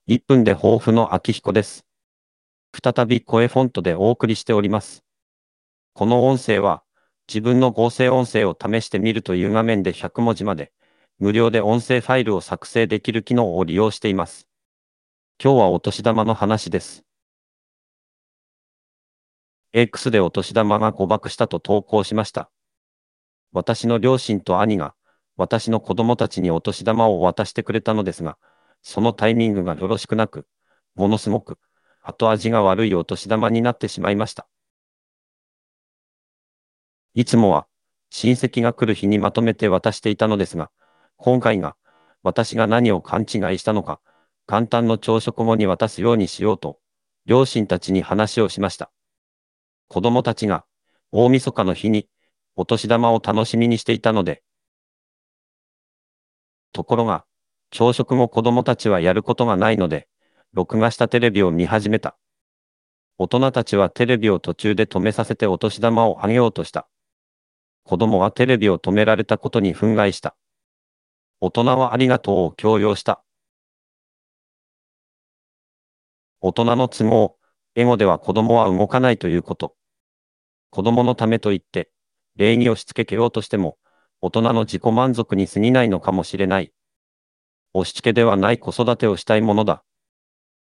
1分で抱負の秋彦です。再び声フォントでお送りしております。この音声は、自分の合成音声を試してみるという画面で100文字まで、無料で音声ファイルを作成できる機能を利用しています。今日はお年玉の話です。X でお年玉が誤爆したと投稿しました。私の両親と兄が、私の子供たちにお年玉を渡してくれたのですが、そのタイミングがよろしくなく、ものすごく、後味が悪いお年玉になってしまいました。いつもは、親戚が来る日にまとめて渡していたのですが、今回が、私が何を勘違いしたのか、元旦の朝食後に渡すようにしようと、両親たちに話をしました。子供たちが、大晦日の日に、お年玉を楽しみにしていたので、ところが、朝食後子供たちはやることがないので、録画したテレビを見始めた。大人たちはテレビを途中で止めさせてお年玉をあげようとした。子供はテレビを止められたことに憤慨した。大人はありがとうを強要した。大人の都合、エゴでは子供は動かないということ。子供のためと言って、礼儀をしつけようとしても、大人の自己満足に過ぎないのかもしれない。押し付けではない子育てをしたいものだ。